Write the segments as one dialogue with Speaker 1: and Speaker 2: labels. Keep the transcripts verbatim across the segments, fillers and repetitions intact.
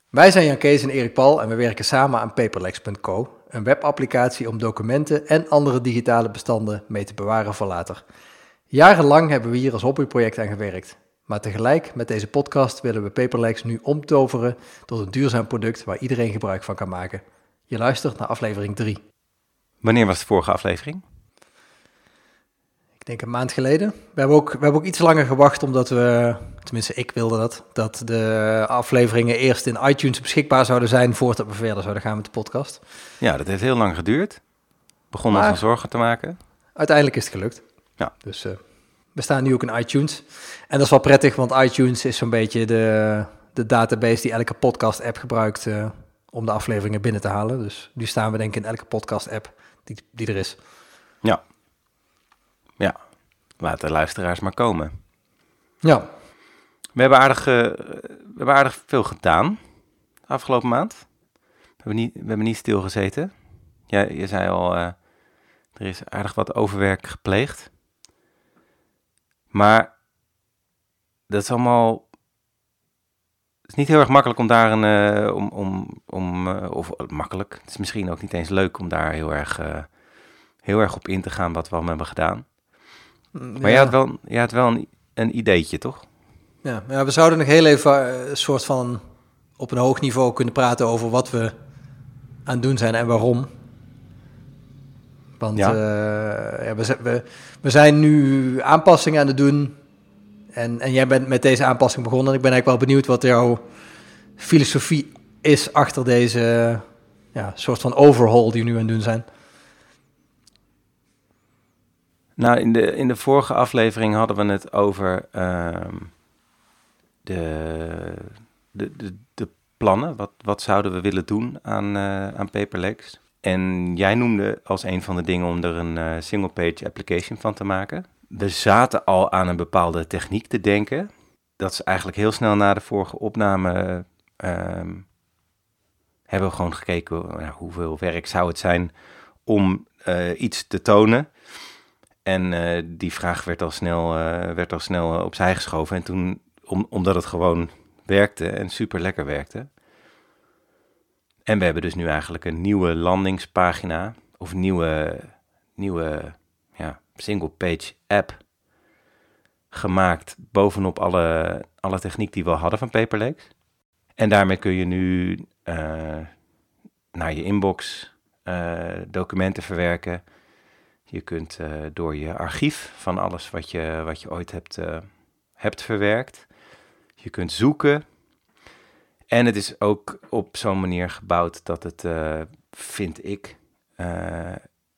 Speaker 1: Wij zijn Jan Kees en Erik Paul en we werken samen aan Paperlex punt co, een webapplicatie om documenten en andere digitale bestanden mee te bewaren voor later. Jarenlang hebben we hier als hobbyproject aan gewerkt, maar tegelijk met deze podcast willen we Paperlex nu omtoveren tot een duurzaam product waar iedereen gebruik van kan maken. Je luistert naar aflevering drie.
Speaker 2: Wanneer was de vorige aflevering?
Speaker 1: Ik denk een maand geleden. We hebben ook, we hebben ook iets langer gewacht omdat we, tenminste ik wilde dat, dat de afleveringen eerst in iTunes beschikbaar zouden zijn voordat we verder zouden gaan met de podcast.
Speaker 2: Ja, dat heeft heel lang geduurd. Begon ons
Speaker 1: Maar
Speaker 2: al zorgen te maken.
Speaker 1: Uiteindelijk is het gelukt.
Speaker 2: Ja.
Speaker 1: Dus uh, we staan nu ook in iTunes. En dat is wel prettig, want iTunes is zo'n beetje de, de database die elke podcast-app gebruikt uh, om de afleveringen binnen te halen. Dus nu staan we denk ik in elke podcast-app die, die er is.
Speaker 2: Ja. Ja, laat de luisteraars maar komen.
Speaker 1: Ja.
Speaker 2: We hebben aardig, uh, we hebben aardig veel gedaan de afgelopen maand. We hebben niet, we hebben niet stilgezeten. Ja, je zei al, uh, er is aardig wat overwerk gepleegd. Maar dat is allemaal... Het is niet heel erg makkelijk om daar een... Uh, om, om, om, uh, of makkelijk, het is misschien ook niet eens leuk om daar heel erg, uh, heel erg op in te gaan wat we allemaal hebben gedaan. Maar ja. jij had wel, jij had wel een, een ideetje, toch?
Speaker 1: Ja, ja, we zouden nog heel even een soort van op een hoog niveau kunnen praten over wat we aan het doen zijn en waarom. Want ja. Uh, ja, we, we, we zijn nu aanpassingen aan het doen en, en jij bent met deze aanpassing begonnen. Ik ben eigenlijk wel benieuwd wat jouw filosofie is achter deze ja, soort van overhaul die we nu aan het doen zijn.
Speaker 2: Nou, in de, in de vorige aflevering hadden we het over uh, de, de, de, de plannen. Wat, wat zouden we willen doen aan, uh, aan Paperlex? En jij noemde als een van de dingen om er een uh, single-page application van te maken. We zaten al aan een bepaalde techniek te denken. Dat is eigenlijk heel snel na de vorige opname... Uh, hebben we gewoon gekeken uh, hoeveel werk zou het zijn om uh, iets te tonen... En uh, die vraag werd al snel, uh, werd al snel uh, opzij geschoven. En toen, om, omdat het gewoon werkte en super lekker werkte. En we hebben dus nu eigenlijk een nieuwe landingspagina. Of een nieuwe, nieuwe ja, single-page app gemaakt. Bovenop alle, alle techniek die we al hadden van Paperlex. En daarmee kun je nu uh, naar je inbox uh, documenten verwerken. Je kunt uh, door je archief van alles wat je, wat je ooit hebt, uh, hebt verwerkt. Je kunt zoeken. En het is ook op zo'n manier gebouwd dat het, uh, vind ik, uh,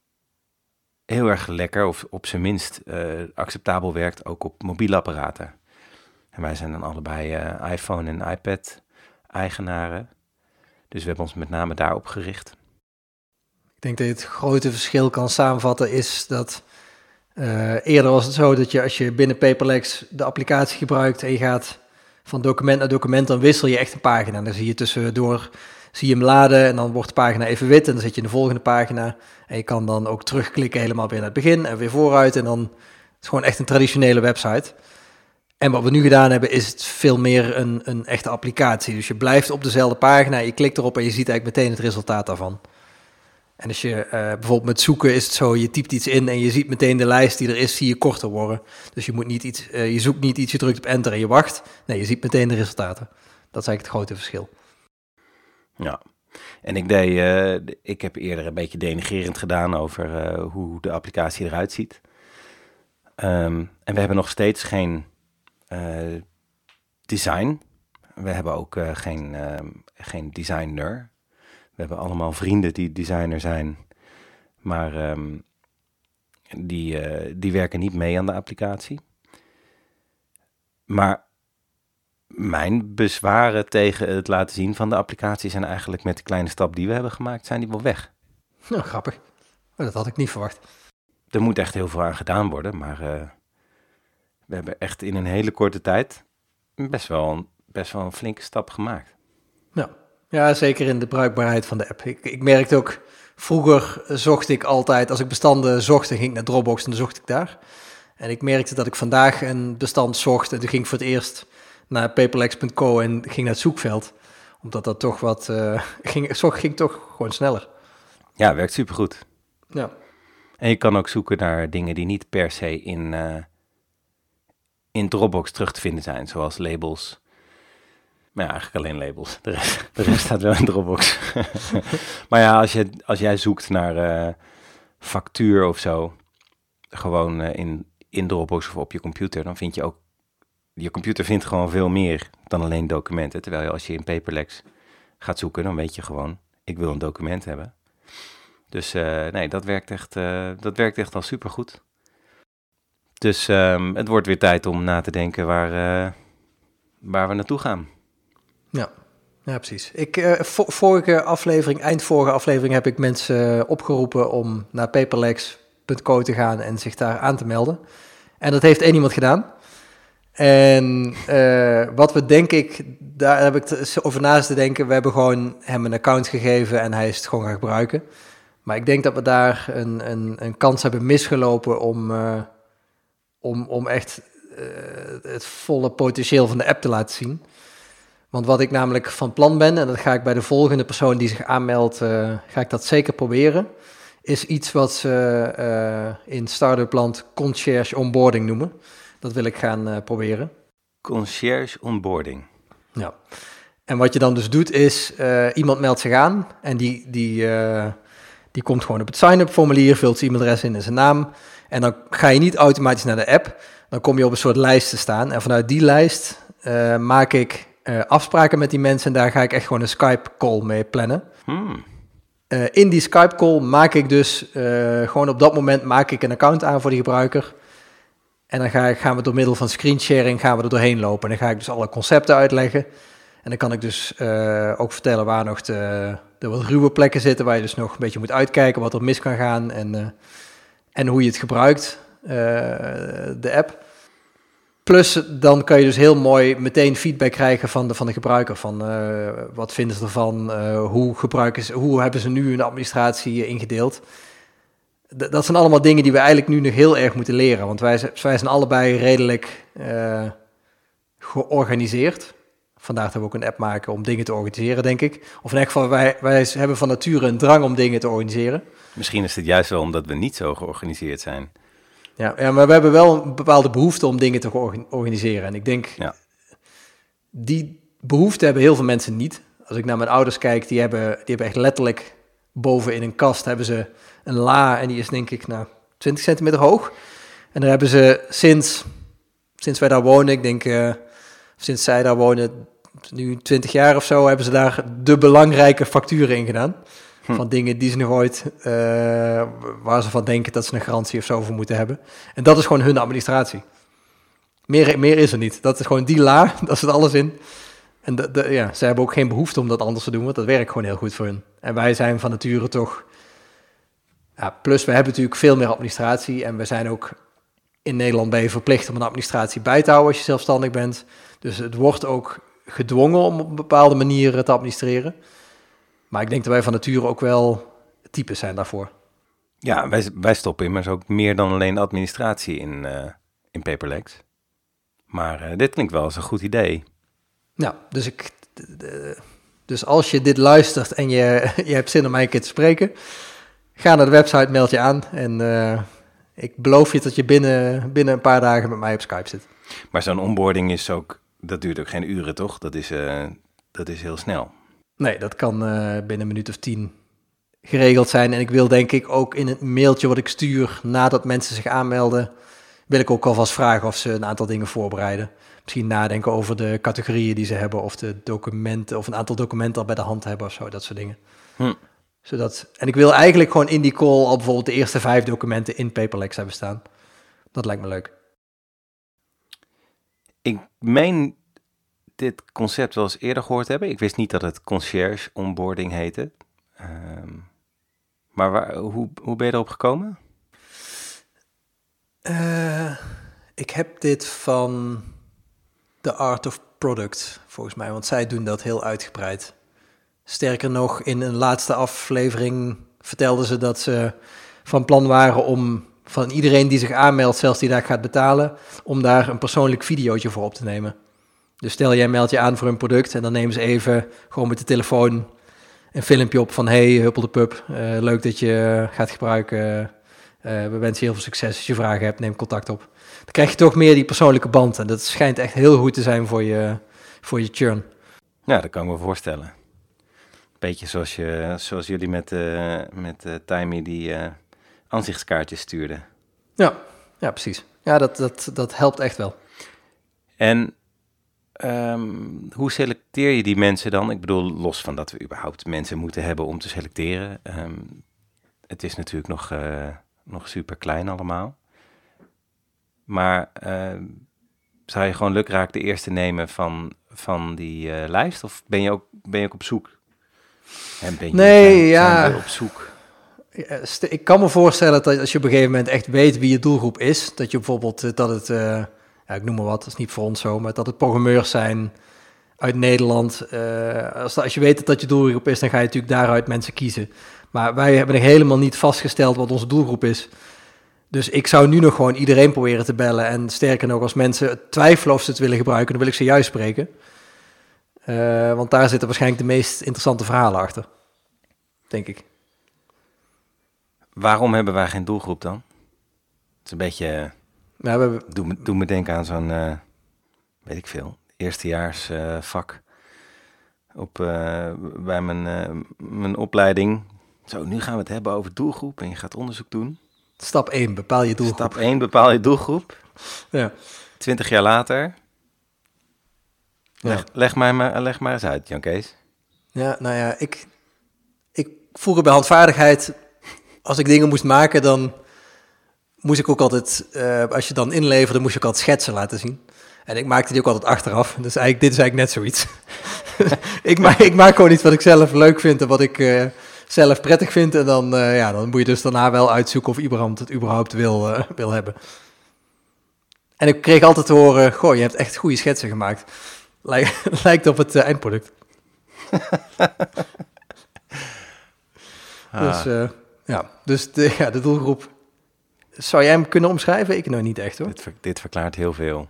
Speaker 2: heel erg lekker of op zijn minst uh, acceptabel werkt ook op mobiele apparaten. En wij zijn dan allebei uh, iPhone en iPad eigenaren. Dus we hebben ons met name daarop gericht.
Speaker 1: Ik denk dat je het grote verschil kan samenvatten is dat uh, eerder was het zo dat je als je binnen Paperlex de applicatie gebruikt en je gaat van document naar document, dan wissel je echt een pagina. Dan zie je tussendoor, zie je hem laden en dan wordt de pagina even wit en dan zit je in de volgende pagina. En je kan dan ook terugklikken helemaal weer naar het begin en weer vooruit en dan is het gewoon echt een traditionele website. En wat we nu gedaan hebben is het veel meer een, een echte applicatie. Dus je blijft op dezelfde pagina, je klikt erop en je ziet eigenlijk meteen het resultaat daarvan. En als je uh, bijvoorbeeld met zoeken is het zo, je typt iets in en je ziet meteen de lijst die er is, zie je korter worden. Dus je moet niet iets, uh, je zoekt niet iets, je drukt op enter en je wacht. Nee, je ziet meteen de resultaten. Dat is eigenlijk het grote verschil.
Speaker 2: Ja, en ik deed, uh, ik heb eerder een beetje denigrerend gedaan over uh, hoe de applicatie eruit ziet. Um, en we hebben nog steeds geen uh, design. We hebben ook uh, geen, uh, geen designer. We hebben allemaal vrienden die designer zijn, maar um, die, uh, die werken niet mee aan de applicatie. Maar mijn bezwaren tegen het laten zien van de applicatie zijn eigenlijk met de kleine stap die we hebben gemaakt, zijn die wel weg.
Speaker 1: Nou, grappig. Dat had ik niet verwacht.
Speaker 2: Er moet echt heel veel aan gedaan worden, maar uh, we hebben echt in een hele korte tijd best wel, best wel een flinke stap gemaakt.
Speaker 1: Ja. Ja, zeker in de bruikbaarheid van de app. Ik, ik merkte ook, vroeger zocht ik altijd, als ik bestanden zocht, dan ging ik naar Dropbox en dan zocht ik daar. En ik merkte dat ik vandaag een bestand zocht en toen ging ik voor het eerst naar Paperlex punt co en ging naar het zoekveld. Omdat dat toch wat, uh, ging, zo ging toch gewoon sneller.
Speaker 2: Ja, werkt supergoed.
Speaker 1: Ja.
Speaker 2: En je kan ook zoeken naar dingen die niet per se in, uh, in Dropbox terug te vinden zijn, zoals labels. Maar ja, eigenlijk alleen labels. De rest, de rest staat wel in Dropbox. Maar ja, als, je, als jij zoekt naar uh, factuur of zo, gewoon uh, in, in Dropbox of op je computer, dan vind je ook, je computer vindt gewoon veel meer dan alleen documenten. Terwijl je als je in Paperlex gaat zoeken, dan weet je gewoon, ik wil een document hebben. Dus uh, nee, dat werkt echt, uh, dat werkt echt al supergoed. Dus um, het wordt weer tijd om na te denken waar, uh, waar we naartoe gaan.
Speaker 1: Ja, ja precies. Ik, uh, vo- vorige aflevering, eind vorige aflevering, heb ik mensen uh, opgeroepen om naar paperlex punt co te gaan en zich daar aan te melden. En dat heeft één iemand gedaan. En uh, wat we denk ik, daar heb ik t- over naast te denken, we hebben gewoon hem een account gegeven en hij is het gewoon gaan gebruiken. Maar ik denk dat we daar een, een, een kans hebben misgelopen om, uh, om, om echt uh, het volle potentieel van de app te laten zien. Want wat ik namelijk van plan ben, en dat ga ik bij de volgende persoon die zich aanmeldt, uh, ga ik dat zeker proberen, is iets wat ze uh, in Startup Land concierge onboarding noemen. Dat wil ik gaan uh, proberen.
Speaker 2: Concierge onboarding.
Speaker 1: Ja. En wat je dan dus doet is, uh, iemand meldt zich aan en die, die, uh, die komt gewoon op het sign-up formulier, vult zijn e-mailadres in en zijn naam. En dan ga je niet automatisch naar de app, dan kom je op een soort lijst te staan. En vanuit die lijst uh, maak ik uh, afspraken met die mensen en daar ga ik echt gewoon een Skype-call mee plannen.
Speaker 2: Hmm.
Speaker 1: Uh, in die Skype-call maak ik dus, uh, gewoon op dat moment maak ik een account aan voor die gebruiker. En dan ga ik, gaan we door middel van screensharing gaan we er doorheen lopen. En dan ga ik dus alle concepten uitleggen. En dan kan ik dus uh, ook vertellen waar nog de, de wat ruwe plekken zitten, waar je dus nog een beetje moet uitkijken wat er mis kan gaan en, uh, en hoe je het gebruikt, uh, de app. Plus dan kan je dus heel mooi meteen feedback krijgen van de, van de gebruiker. Van uh, wat vinden ze ervan, uh, hoe, gebruiken ze, hoe hebben ze nu hun administratie ingedeeld. D- dat zijn allemaal dingen die we eigenlijk nu nog heel erg moeten leren. Want wij, wij zijn allebei redelijk uh, georganiseerd. Vandaar dat we ook een app maken om dingen te organiseren, denk ik. Of in elk geval, wij, wij hebben van nature een drang om dingen te organiseren.
Speaker 2: Misschien is het juist wel omdat we niet zo georganiseerd zijn.
Speaker 1: Ja, ja, maar we hebben wel een bepaalde behoefte om dingen te georgan- organiseren. En ik denk, ja. die behoefte hebben heel veel mensen niet. Als ik naar mijn ouders kijk, die hebben, die hebben echt letterlijk boven in een kast hebben ze een la. En die is denk ik nou, twintig centimeter hoog. En daar hebben ze sinds, sinds wij daar wonen, ik denk uh, sinds zij daar wonen, nu twintig jaar of zo, hebben ze daar de belangrijke facturen in gedaan. Hm. Van dingen die ze nog ooit, uh, waar ze van denken dat ze een garantie of zo voor moeten hebben. En dat is gewoon hun administratie. Meer, meer is er niet. Dat is gewoon die la, daar zit alles in. En de, de, ja, ze hebben ook geen behoefte om dat anders te doen, want dat werkt gewoon heel goed voor hun. En wij zijn van nature toch... Ja, plus, we hebben natuurlijk veel meer administratie en we zijn ook... In Nederland ben je verplicht om een administratie bij te houden als je zelfstandig bent. Dus het wordt ook gedwongen om op een bepaalde manier te administreren. Maar ik denk dat wij van nature ook wel types zijn daarvoor.
Speaker 2: Ja, wij, wij stoppen immers ook meer dan alleen administratie in, uh, in Paperlex. Maar uh, dit klinkt wel als een goed idee.
Speaker 1: Nou, dus, ik, de, dus als je dit luistert en je, je hebt zin om mij een keer te spreken, ga naar de website, meld je aan en uh, ik beloof je dat je binnen, binnen een paar dagen met mij op Skype zit.
Speaker 2: Maar zo'n onboarding is ook, dat duurt ook geen uren, toch? Dat is, uh, dat is heel snel.
Speaker 1: Nee, dat kan uh, binnen een minuut of tien geregeld zijn. En ik wil denk ik ook in het mailtje wat ik stuur nadat mensen zich aanmelden, wil ik ook alvast vragen of ze een aantal dingen voorbereiden. Misschien nadenken over de categorieën die ze hebben of de documenten of een aantal documenten al bij de hand hebben of zo, dat soort dingen. Hm. Zodat, en ik wil eigenlijk gewoon in die call al bijvoorbeeld de eerste vijf documenten in Paperlex hebben staan. Dat lijkt me leuk.
Speaker 2: Ik meen dit concept wel eens eerder gehoord hebben. Ik wist niet dat het concierge onboarding heette. Um, maar waar, hoe, hoe ben je erop gekomen?
Speaker 1: Uh, ik heb dit van The Art of Product, volgens mij. Want zij doen dat heel uitgebreid. Sterker nog, in een laatste aflevering vertelden ze dat ze van plan waren om van iedereen die zich aanmeldt, zelfs die daar gaat betalen, om daar een persoonlijk videootje voor op te nemen. Dus stel jij meldt je aan voor een product en dan nemen ze even gewoon met de telefoon een filmpje op van hey, Huppel de Pup, uh, leuk dat je gaat gebruiken. Uh, we wensen je heel veel succes. Als je vragen hebt, neem contact op. Dan krijg je toch meer die persoonlijke band en dat schijnt echt heel goed te zijn voor je, voor je churn.
Speaker 2: Ja, dat kan ik me voorstellen. Beetje zoals, je, zoals jullie met, uh, met uh, Timey die uh, aanzichtskaartjes stuurden.
Speaker 1: Ja, ja precies. Ja, dat, dat, dat helpt echt wel.
Speaker 2: En um, hoe selecteer je die mensen dan? Ik bedoel, los van dat we überhaupt mensen moeten hebben om te selecteren. Um, het is natuurlijk nog, uh, nog super klein allemaal. Maar uh, zou je gewoon lukraak de eerste nemen van, van die uh, lijst? Of ben je ook, ben je ook op zoek? En ben je,
Speaker 1: nee,
Speaker 2: zijn,
Speaker 1: ja.
Speaker 2: zijn we op zoek?
Speaker 1: Ik kan me voorstellen dat als je op een gegeven moment echt weet wie je doelgroep is, dat je bijvoorbeeld, dat het, uh, ja, ik noem maar wat, dat is niet voor ons zo, maar dat het programmeurs zijn uit Nederland. Uh, als, als je weet dat dat je doelgroep is, dan ga je natuurlijk daaruit mensen kiezen. Maar wij hebben nog helemaal niet vastgesteld wat onze doelgroep is. Dus ik zou nu nog gewoon iedereen proberen te bellen. En sterker nog, als mensen twijfelen of ze het willen gebruiken, dan wil ik ze juist spreken. Uh, want daar zitten waarschijnlijk de meest interessante verhalen achter, denk ik.
Speaker 2: Waarom hebben wij geen doelgroep dan? Het is een beetje,
Speaker 1: ja, we hebben...
Speaker 2: doe, me, doe me denken aan zo'n, uh, weet ik veel, eerstejaars uh, vak op, uh, bij mijn, uh, mijn opleiding. Zo, nu gaan we het hebben over doelgroep en je gaat onderzoek doen.
Speaker 1: Stap één, bepaal je doelgroep.
Speaker 2: Stap één, bepaal je doelgroep.
Speaker 1: Ja.
Speaker 2: Twintig jaar later. Leg, ja. leg, mij maar, leg maar eens uit, Jan Kees.
Speaker 1: Ja, nou ja, ik, ik vroeger bij handvaardigheid, als ik dingen moest maken, dan moest ik ook altijd, uh, als je dan inleverde, moest je ook altijd schetsen laten zien. En ik maakte die ook altijd achteraf. Dus eigenlijk, dit is eigenlijk net zoiets. ik, maak, ik maak gewoon iets wat ik zelf leuk vind en wat ik uh, zelf prettig vind. En dan, uh, ja, dan moet je dus daarna wel uitzoeken of iemand het überhaupt wil, uh, wil hebben. En ik kreeg altijd te horen, goh, je hebt echt goede schetsen gemaakt. Lijk, lijkt op het uh, eindproduct. ah. Dus, uh, ja, dus de, ja, de doelgroep. Zou jij hem kunnen omschrijven? Ik nou niet echt, hoor.
Speaker 2: Dit, ver, dit verklaart heel veel.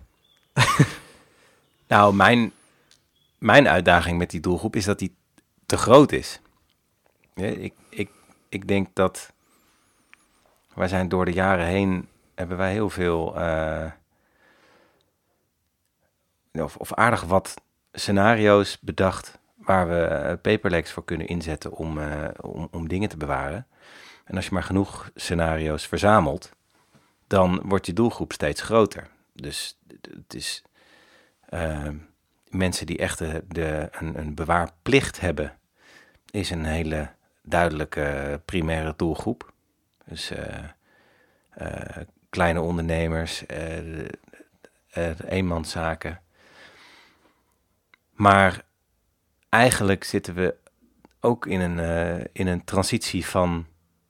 Speaker 2: Nou, mijn, mijn uitdaging met die doelgroep is dat die te groot is. Ja, ik, ik, ik denk dat wij zijn door de jaren heen, hebben wij heel veel, uh, of, of aardig wat scenario's bedacht waar we Paperlex voor kunnen inzetten om, uh, om, om dingen te bewaren. En als je maar genoeg scenario's verzamelt, dan wordt je doelgroep steeds groter. Dus het is uh, mensen die echt de, de, een, een bewaarplicht hebben, is een hele duidelijke primaire doelgroep. Dus uh, uh, kleine ondernemers, uh, uh, eenmanszaken. Maar eigenlijk zitten we ook in een, uh, in een transitie van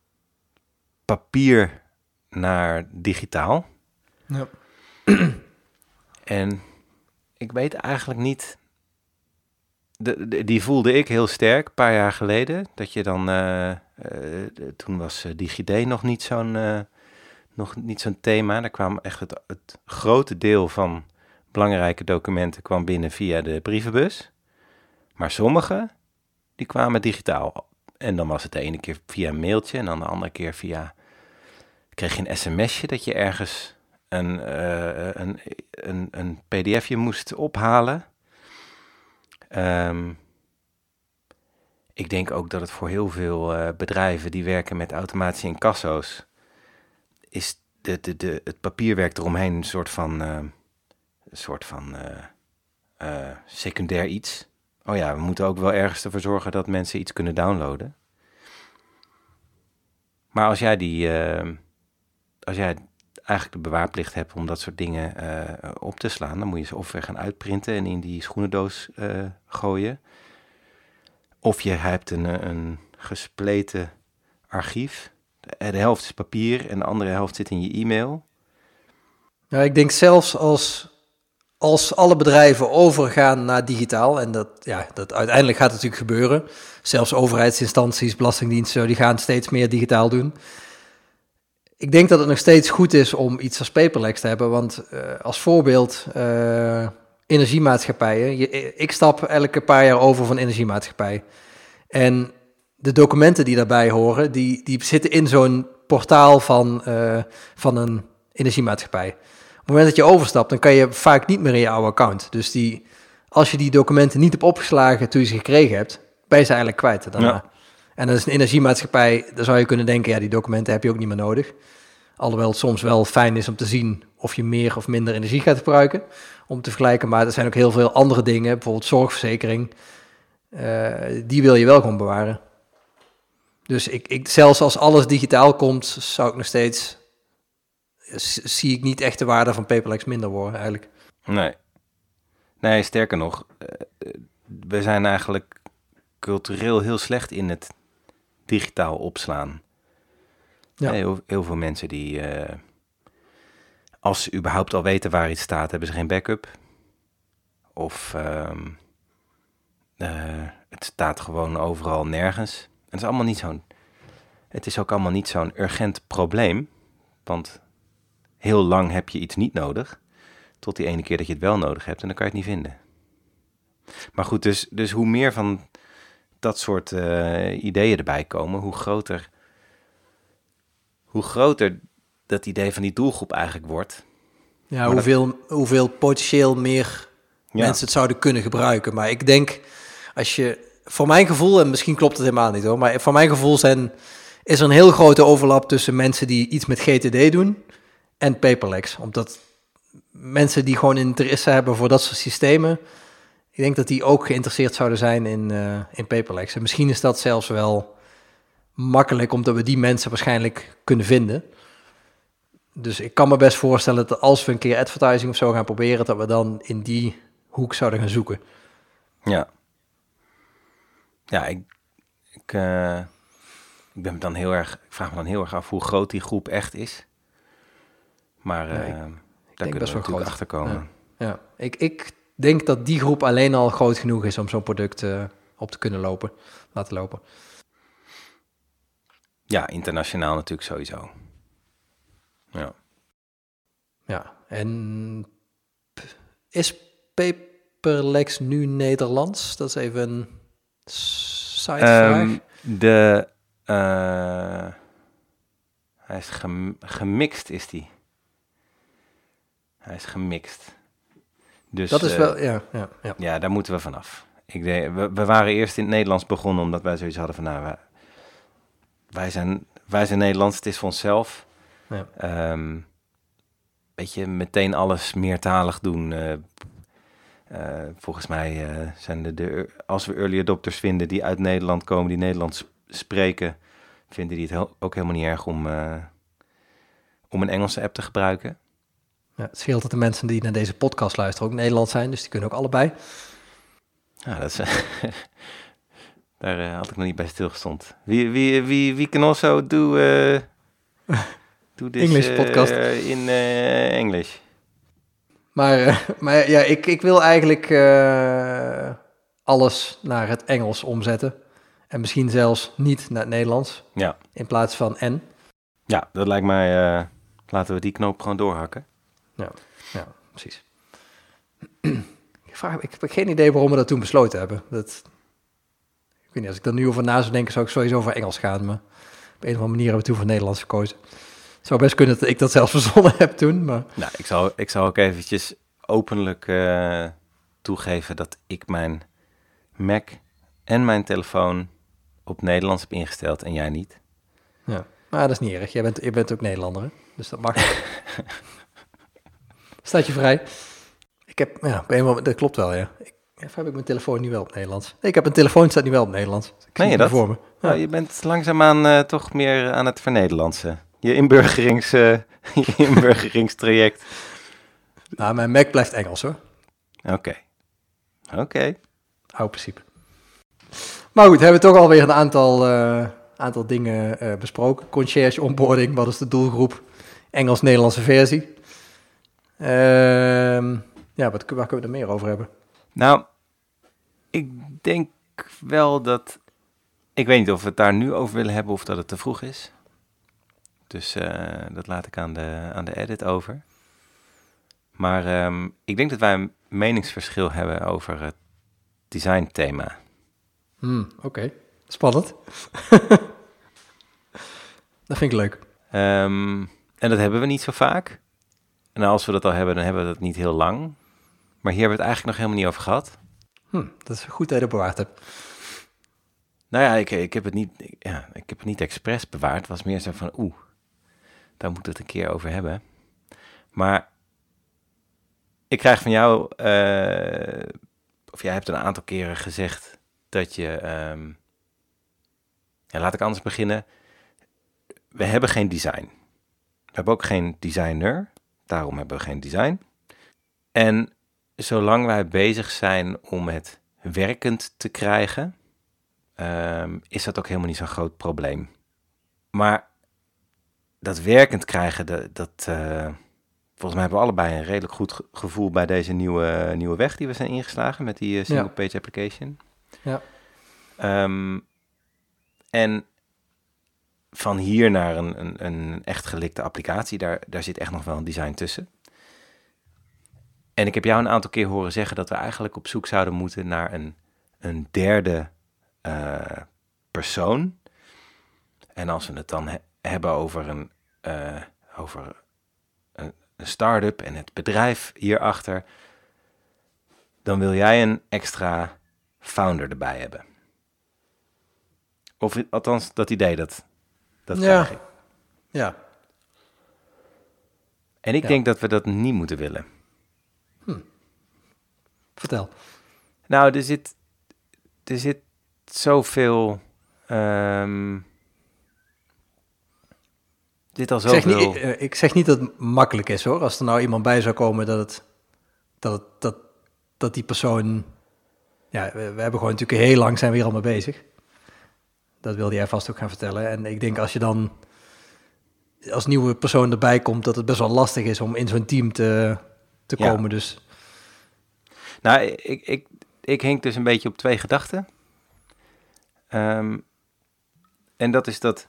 Speaker 2: papier naar digitaal.
Speaker 1: Ja.
Speaker 2: En ik weet eigenlijk niet, de, de, die voelde ik heel sterk een paar jaar geleden, dat je dan, uh, uh, toen was uh, DigiD nog niet zo'n, uh, nog niet zo'n thema. Daar kwam echt het, het grote deel van belangrijke documenten kwam binnen via de brievenbus. Maar sommige, die kwamen digitaal. En dan was het de ene keer via een mailtje en dan de andere keer via, kreeg je een sms'je dat je ergens een, uh, een, een, een pdfje moest ophalen. Um, ik denk ook dat het voor heel veel uh, bedrijven die werken met automatische incasso's, is de, de, de, het papierwerk eromheen een soort van, uh, een soort van uh, uh, secundair iets. Oh ja, we moeten ook wel ergens ervoor zorgen dat mensen iets kunnen downloaden. Maar als jij die, uh, als jij eigenlijk de bewaarplicht hebt om dat soort dingen uh, op te slaan, dan moet je ze of weer gaan uitprinten en in die schoenendoos uh, gooien. Of je hebt een, een gespleten archief. De, de helft is papier en de andere helft zit in je e-mail.
Speaker 1: Ja, ik denk zelfs als, als alle bedrijven overgaan naar digitaal, en dat, ja, dat uiteindelijk gaat het natuurlijk gebeuren. Zelfs overheidsinstanties, belastingdiensten, die gaan steeds meer digitaal doen. Ik denk dat het nog steeds goed is om iets als Paperlex te hebben, want uh, als voorbeeld, uh, energiemaatschappijen. Je, ik stap elke paar jaar over van energiemaatschappij. En de documenten die daarbij horen, die, die zitten in zo'n portaal van, uh, van een energiemaatschappij. Op het moment dat je overstapt, dan kan je vaak niet meer in je oude account. Dus die, als je die documenten niet hebt opgeslagen toen je ze gekregen hebt, ben je ze eigenlijk kwijt daarna. Ja. En dat is een energiemaatschappij, dan zou je kunnen denken, ja, die documenten heb je ook niet meer nodig. Alhoewel het soms wel fijn is om te zien of je meer of minder energie gaat gebruiken, om te vergelijken. Maar er zijn ook heel veel andere dingen, bijvoorbeeld zorgverzekering, uh, die wil je wel gewoon bewaren. Dus ik, ik, zelfs als alles digitaal komt, zou ik nog steeds, zie ik niet echt de waarde van Paperlex minder worden eigenlijk.
Speaker 2: Nee. Nee, sterker nog, we zijn eigenlijk cultureel heel slecht in het digitaal opslaan. Ja. Heel, heel veel mensen die, uh, als ze überhaupt al weten waar iets staat, hebben ze geen backup. Of uh, uh, het staat gewoon overal nergens. En het is allemaal niet zo'n, het is ook allemaal niet zo'n urgent probleem. Want heel lang heb je iets niet nodig, tot die ene keer dat je het wel nodig hebt en dan kan je het niet vinden. Maar goed, dus, dus hoe meer van dat soort uh, ideeën erbij komen, hoe groter, hoe groter dat idee van die doelgroep eigenlijk wordt.
Speaker 1: Ja, hoeveel, dat... hoeveel potentieel meer ja. mensen het zouden kunnen gebruiken. Maar ik denk, als je, voor mijn gevoel, en misschien klopt het helemaal niet hoor, maar voor mijn gevoel zijn, is er een heel grote overlap tussen mensen die iets met G T D doen en Paperlex. Omdat mensen die gewoon interesse hebben voor dat soort systemen, ik denk dat die ook geïnteresseerd zouden zijn in, uh, in Paperlex. En misschien is dat zelfs wel makkelijk, omdat we die mensen waarschijnlijk kunnen vinden. Dus ik kan me best voorstellen dat als we een keer advertising of zo gaan proberen, dat we dan in die hoek zouden gaan zoeken.
Speaker 2: Ja. Ja, ik, ik, uh, ik ben me dan heel erg, ik vraag me dan heel erg af hoe groot die groep echt is. Maar uh, ja, ik, daar ik kunnen we natuurlijk achter komen.
Speaker 1: Ja, ja. Ik, ik denk dat die groep alleen al groot genoeg is om zo'n product uh, op te kunnen lopen, laten lopen.
Speaker 2: Ja, internationaal natuurlijk sowieso. Ja.
Speaker 1: Ja, en is Paperlex nu Nederlands? Dat is even een sidevraag. Um,
Speaker 2: de, uh, hij is gem, gemixt, is die. Hij is gemixt. Dus,
Speaker 1: dat is
Speaker 2: uh,
Speaker 1: wel, ja, ja, ja.
Speaker 2: Ja, daar moeten we vanaf. Ik denk, we, we waren eerst in het Nederlands begonnen, omdat wij zoiets hadden van, nou, wij, wij, zijn, wij zijn Nederlands, het is voor onszelf. Ja. Um, weet je, meteen alles meertalig doen. Uh, uh, volgens mij uh, zijn de, de, als we early adopters vinden die uit Nederland komen, die Nederlands spreken, vinden die het heel, ook helemaal niet erg om, uh, om een Engelse app te gebruiken.
Speaker 1: Ja, het scheelt dat de mensen die naar deze podcast luisteren ook Nederlands zijn, dus die kunnen ook allebei.
Speaker 2: Ja, dat is, daar uh, had ik nog niet bij stilgestond. Wie, wie, wie, wie can also do, uh, do this
Speaker 1: English
Speaker 2: uh,
Speaker 1: podcast
Speaker 2: in uh, English?
Speaker 1: Maar, uh, maar ja, ik, ik wil eigenlijk uh, alles naar het Engels omzetten. En misschien zelfs niet naar het Nederlands.
Speaker 2: Ja.
Speaker 1: In plaats van en.
Speaker 2: Ja, dat lijkt mij, uh, laten we die knoop gewoon doorhakken.
Speaker 1: Ja, ja, precies. ik, vraag, ik heb geen idee waarom we dat toen besloten hebben. Dat, ik weet niet, als ik er nu over na zou denken, zou ik sowieso voor Engels gaan. Maar op een of andere manier hebben we toen voor Nederlands gekozen. Het zou best kunnen dat ik dat zelf verzonnen heb toen, maar...
Speaker 2: Nou, ik zal, ik zal ook eventjes openlijk uh, toegeven dat ik mijn Mac en mijn telefoon op Nederlands heb ingesteld en jij niet.
Speaker 1: Ja, maar dat is niet erg. Jij bent, je bent ook Nederlander, hè? Dus dat mag. Staat je vrij. Ik heb, ja, op een moment, dat klopt wel, ja. Ik, even heb ik mijn telefoon nu wel op Nederlands. Nee, ik heb een telefoon, staat nu wel op Nederlands. Ik
Speaker 2: Meen je dat? Voor me. Ja. Nou, je bent langzaamaan uh, toch meer aan het vernederlandsen. Je, inburgerings, uh, je inburgeringstraject.
Speaker 1: Nou, mijn Mac blijft Engels, hoor.
Speaker 2: Oké. Okay. Oké. Okay.
Speaker 1: Oud principe. Maar goed, hebben we toch alweer een aantal, uh, aantal dingen uh, besproken. Concierge onboarding, wat is de doelgroep? Engels-Nederlandse versie. Uh, ja, wat, waar kunnen we er meer over hebben?
Speaker 2: Nou, ik denk wel dat... Ik weet niet of we het daar nu over willen hebben of dat het te vroeg is. Dus uh, dat laat ik aan de, aan de edit over. Maar um, ik denk dat wij meningsverschil hebben over het designthema.
Speaker 1: Hmm, Oké, okay. Spannend. Dat vind ik leuk.
Speaker 2: Um, en dat hebben we niet zo vaak. En als we dat al hebben, dan hebben we dat niet heel lang. Maar hier hebben we het eigenlijk nog helemaal niet over gehad.
Speaker 1: Hm, dat is goed dat je dat bewaard hebt.
Speaker 2: Nou ja, ik, ik, heb het niet, ja, ik heb het niet expres bewaard. Het was meer zo van, oeh, daar moeten we het een keer over hebben. Maar ik krijg van jou, uh, of jij hebt een aantal keren gezegd dat je, um, ja, laat ik anders beginnen. We hebben geen design. We hebben ook geen designer, daarom hebben we geen design. En zolang wij bezig zijn om het werkend te krijgen, um, is dat ook helemaal niet zo'n groot probleem. Maar dat werkend krijgen, dat, dat uh, volgens mij hebben we allebei een redelijk goed ge- gevoel bij deze nieuwe, nieuwe weg die we zijn ingeslagen met die uh, single ja. page application.
Speaker 1: Ja.
Speaker 2: Um, en van hier naar een, een, een echt gelikte applicatie, daar, daar zit echt nog wel een design tussen. En ik heb jou een aantal keer horen zeggen dat we eigenlijk op zoek zouden moeten naar een, een derde uh, persoon. En als we het dan he- hebben over een, uh, over een, een start-up en het bedrijf hierachter, dan wil jij een extra founder erbij hebben. Of althans, dat idee, dat, dat
Speaker 1: ja.
Speaker 2: krijg ik.
Speaker 1: Ja.
Speaker 2: En ik
Speaker 1: ja.
Speaker 2: denk dat we dat niet moeten willen.
Speaker 1: Hm. Vertel.
Speaker 2: Nou, er zit, er zit zoveel... Um, er zit al
Speaker 1: zoveel... Ik zeg,
Speaker 2: zoveel...
Speaker 1: niet, ik, ik zeg niet dat het makkelijk is, hoor. Als er nou iemand bij zou komen dat het... Dat, het, dat, dat die persoon... Ja, we, we hebben gewoon natuurlijk heel lang zijn we hier al mee bezig. Dat wilde jij vast ook gaan vertellen. En ik denk als je dan als nieuwe persoon erbij komt, dat het best wel lastig is om in zo'n team te, te
Speaker 2: ja.
Speaker 1: komen. Dus.
Speaker 2: Nou, ik, ik, ik hink dus een beetje op twee gedachten. Um, en dat is dat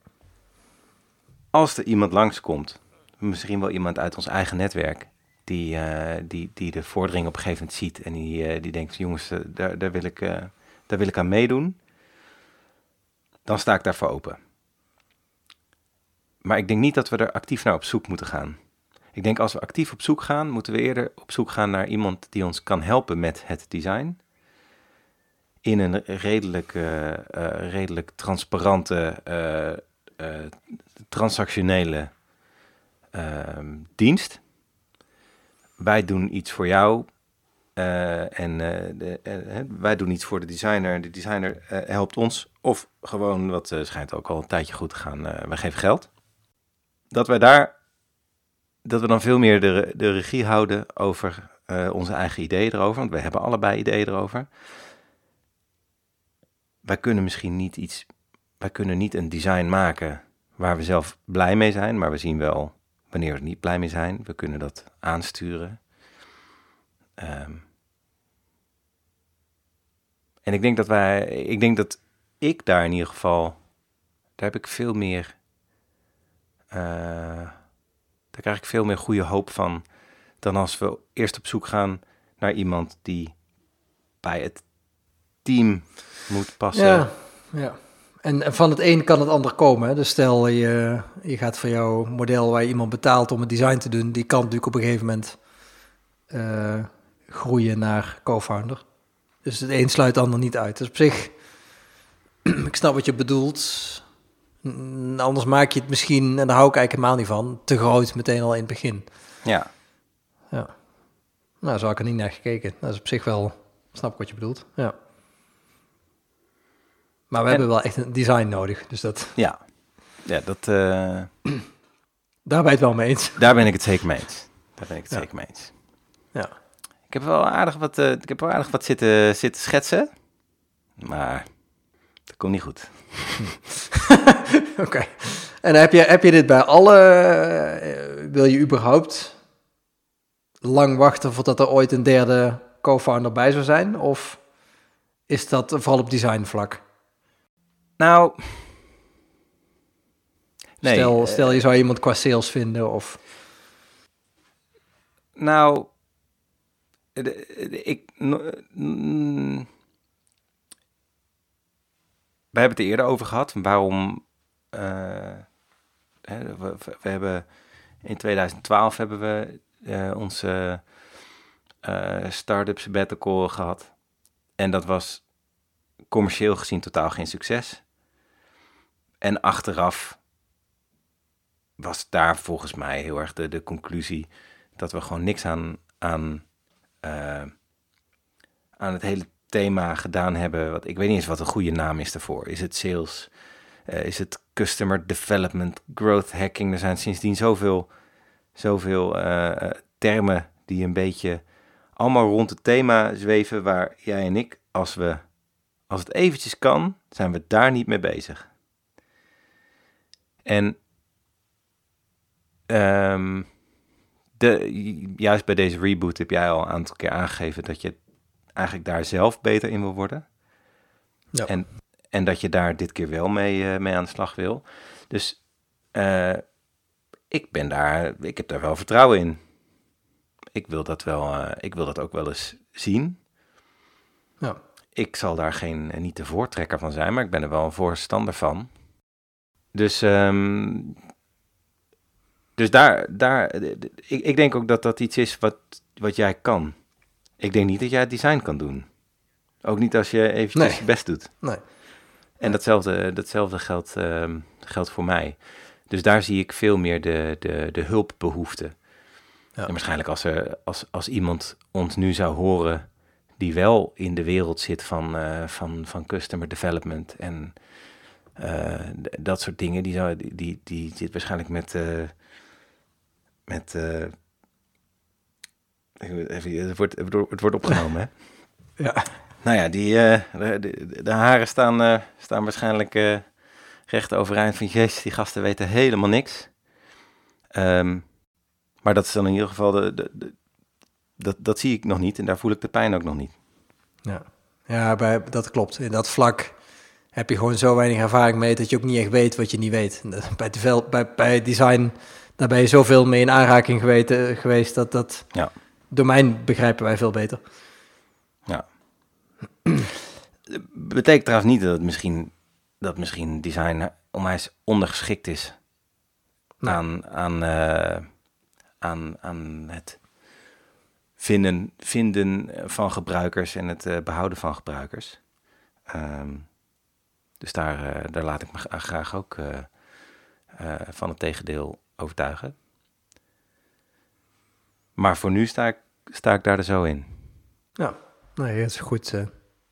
Speaker 2: als er iemand langskomt, misschien wel iemand uit ons eigen netwerk, die, uh, die, die de vordering op een gegeven moment ziet en die, uh, die denkt, jongens, uh, daar, daar, wil ik, uh, daar wil ik aan meedoen, dan sta ik daarvoor open. Maar ik denk niet dat we er actief naar op zoek moeten gaan. Ik denk als we actief op zoek gaan, moeten we eerder op zoek gaan naar iemand die ons kan helpen met het design. In een redelijk, uh, uh, redelijk transparante, uh, uh, transactionele uh, dienst. Wij doen iets voor jou uh, en uh, de, uh, wij doen iets voor de designer. De designer uh, helpt ons. Of gewoon, wat uh, schijnt ook al een tijdje goed te gaan, uh, wij geven geld. Dat wij daar, dat we dan veel meer de, de regie houden over uh, onze eigen ideeën erover. Want we hebben allebei ideeën erover. Wij kunnen misschien niet iets, wij kunnen niet een design maken waar we zelf blij mee zijn, maar we zien wel wanneer we er niet blij mee zijn. We kunnen dat aansturen. Um, en ik denk dat wij, ik denk dat ik daar in ieder geval, daar heb ik veel meer, uh, daar krijg ik veel meer goede hoop van dan als we eerst op zoek gaan naar iemand die bij het team moet passen.
Speaker 1: Ja, ja. En, en van het een kan het ander komen. Hè? Dus stel je, je gaat voor jouw model waar je iemand betaalt om het design te doen, die kan natuurlijk op een gegeven moment uh, groeien naar co-founder. Dus het een sluit het ander niet uit. Dus op zich, ik snap wat je bedoelt. N- anders maak je het misschien, en daar hou ik eigenlijk helemaal niet van, te groot meteen al in het begin.
Speaker 2: Ja.
Speaker 1: Ja. Nou, zo had ik er niet naar gekeken. Dat is op zich wel, snap ik wat je bedoelt. Ja. Maar we en, hebben wel echt een design nodig, dus dat...
Speaker 2: Ja, ja dat... Uh,
Speaker 1: daar ben je het wel mee eens.
Speaker 2: Daar ben ik het zeker mee eens. Daar ben ik het ja. zeker mee eens.
Speaker 1: Ja.
Speaker 2: Ik heb wel aardig wat, uh, ik heb wel aardig wat zitten, zitten schetsen, maar dat komt niet goed.
Speaker 1: Oké. Okay. En heb je, heb je dit bij alle... Uh, wil je überhaupt lang wachten voordat er ooit een derde co-founder bij zou zijn? Of is dat vooral op designvlak?
Speaker 2: Nou, nee.
Speaker 1: Stel, stel je zou iemand qua sales vinden of...
Speaker 2: Nou, de, de, ik... Mm, we hebben het er eerder over gehad. Waarom... Uh, hè, we, we hebben... In twintig twaalf hebben we uh, onze uh, start-up sabbatical gehad. En dat was commercieel gezien totaal geen succes. En achteraf was daar volgens mij heel erg de, de conclusie dat we gewoon niks aan, aan, uh, aan het hele thema gedaan hebben. Wat, ik weet niet eens wat een goede naam is daarvoor. Is het sales? Uh, is het customer development, growth hacking? Er zijn sindsdien zoveel, zoveel uh, termen die een beetje allemaal rond het thema zweven waar jij en ik, als we, als het eventjes kan, zijn we daar niet mee bezig. En um, de, juist bij deze reboot heb jij al een aantal keer aangegeven dat je eigenlijk daar zelf beter in wil worden. Ja. En, en dat je daar dit keer wel mee, uh, mee aan de slag wil. Dus uh, ik ben daar, ik heb daar wel vertrouwen in. Ik wil dat wel, uh, ik wil dat ook wel eens zien. Ja. Ik zal daar geen, uh, niet de voortrekker van zijn, maar ik ben er wel een voorstander van. Dus, um, dus daar, daar ik, ik denk ook dat dat iets is wat, wat jij kan. Ik denk niet dat jij het design kan doen. Ook niet als je eventjes nee. je best doet. Nee. En datzelfde, datzelfde geldt, um, geldt voor mij. Dus daar zie ik veel meer de, de, de hulpbehoefte. Ja. En waarschijnlijk als, er, als, als iemand ons nu zou horen die wel in de wereld zit van, uh, van, van customer development en uh, d- dat soort dingen, die, zou, die, die, die zit waarschijnlijk met... Uh, met uh, even, het, wordt, het wordt opgenomen, hè? Ja. Nou ja, die, uh, de, de, de haren staan, uh, staan waarschijnlijk uh, recht overeind van... Jezus, die gasten weten helemaal niks. Um, maar dat is dan in ieder geval... De, de, de, dat, dat zie ik nog niet en daar voel ik de pijn ook nog niet.
Speaker 1: Ja, ja bij, dat klopt. In dat vlak heb je gewoon zo weinig ervaring mee... dat je ook niet echt weet wat je niet weet. Bij, devel, bij, bij design, daar ben je zoveel mee in aanraking geweten, geweest... dat dat ja. domein begrijpen wij veel beter.
Speaker 2: Ja. Betekent trouwens niet dat het misschien, dat misschien design onwijs ondergeschikt is nee. aan, aan, uh, aan, aan het vinden, vinden van gebruikers en het uh, behouden van gebruikers. Um, dus daar, uh, daar laat ik me graag ook uh, uh, van het tegendeel overtuigen. Maar voor nu sta ik, sta ik daar er zo in.
Speaker 1: Ja, nee, dat is goed. Uh...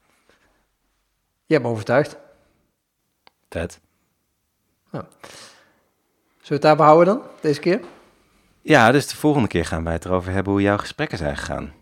Speaker 1: Je hebt me overtuigd.
Speaker 2: Vet.
Speaker 1: Nou. Zullen we het daar behouden dan, deze keer?
Speaker 2: Ja, dus de volgende keer gaan wij het erover hebben hoe jouw gesprekken zijn gegaan.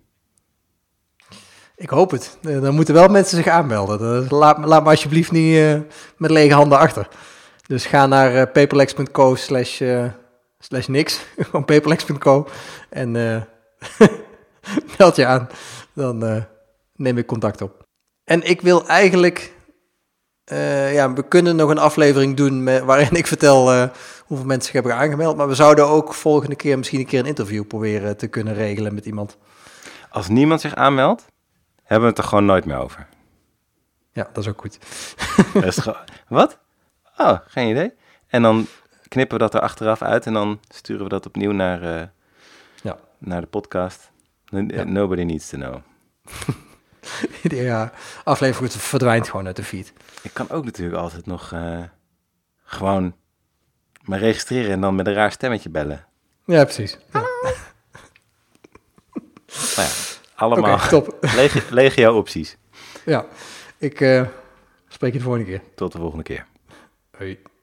Speaker 1: Ik hoop het. Dan moeten wel mensen zich aanmelden. Laat, laat me alsjeblieft niet uh, met lege handen achter. Dus ga naar uh, paperlex.co slash, uh, slash niks. Gewoon paperlex punt co. En uh, meld je aan. Dan uh, neem ik contact op. En ik wil eigenlijk... Uh, ja, we kunnen nog een aflevering doen met, waarin ik vertel uh, hoeveel mensen zich hebben aangemeld. Maar we zouden ook volgende keer misschien een keer een interview proberen te kunnen regelen met iemand.
Speaker 2: Als niemand zich aanmeldt, hebben we het er gewoon nooit meer over.
Speaker 1: Ja, dat is ook goed.
Speaker 2: Dat is ge- Wat? Oh, geen idee. En dan knippen we dat er achteraf uit en dan sturen we dat opnieuw naar, uh, ja. naar de podcast. Ja. Nobody needs to know.
Speaker 1: Ja, aflevering verdwijnt gewoon uit de feed.
Speaker 2: Ik kan ook natuurlijk altijd nog uh, gewoon me registreren en dan met een raar stemmetje bellen.
Speaker 1: Ja, precies. Ja.
Speaker 2: Nou ja, allemaal
Speaker 1: okay, top.
Speaker 2: Legio, legio opties.
Speaker 1: Ja, ik uh, spreek je de volgende keer.
Speaker 2: Tot de volgende keer.
Speaker 1: Hoi.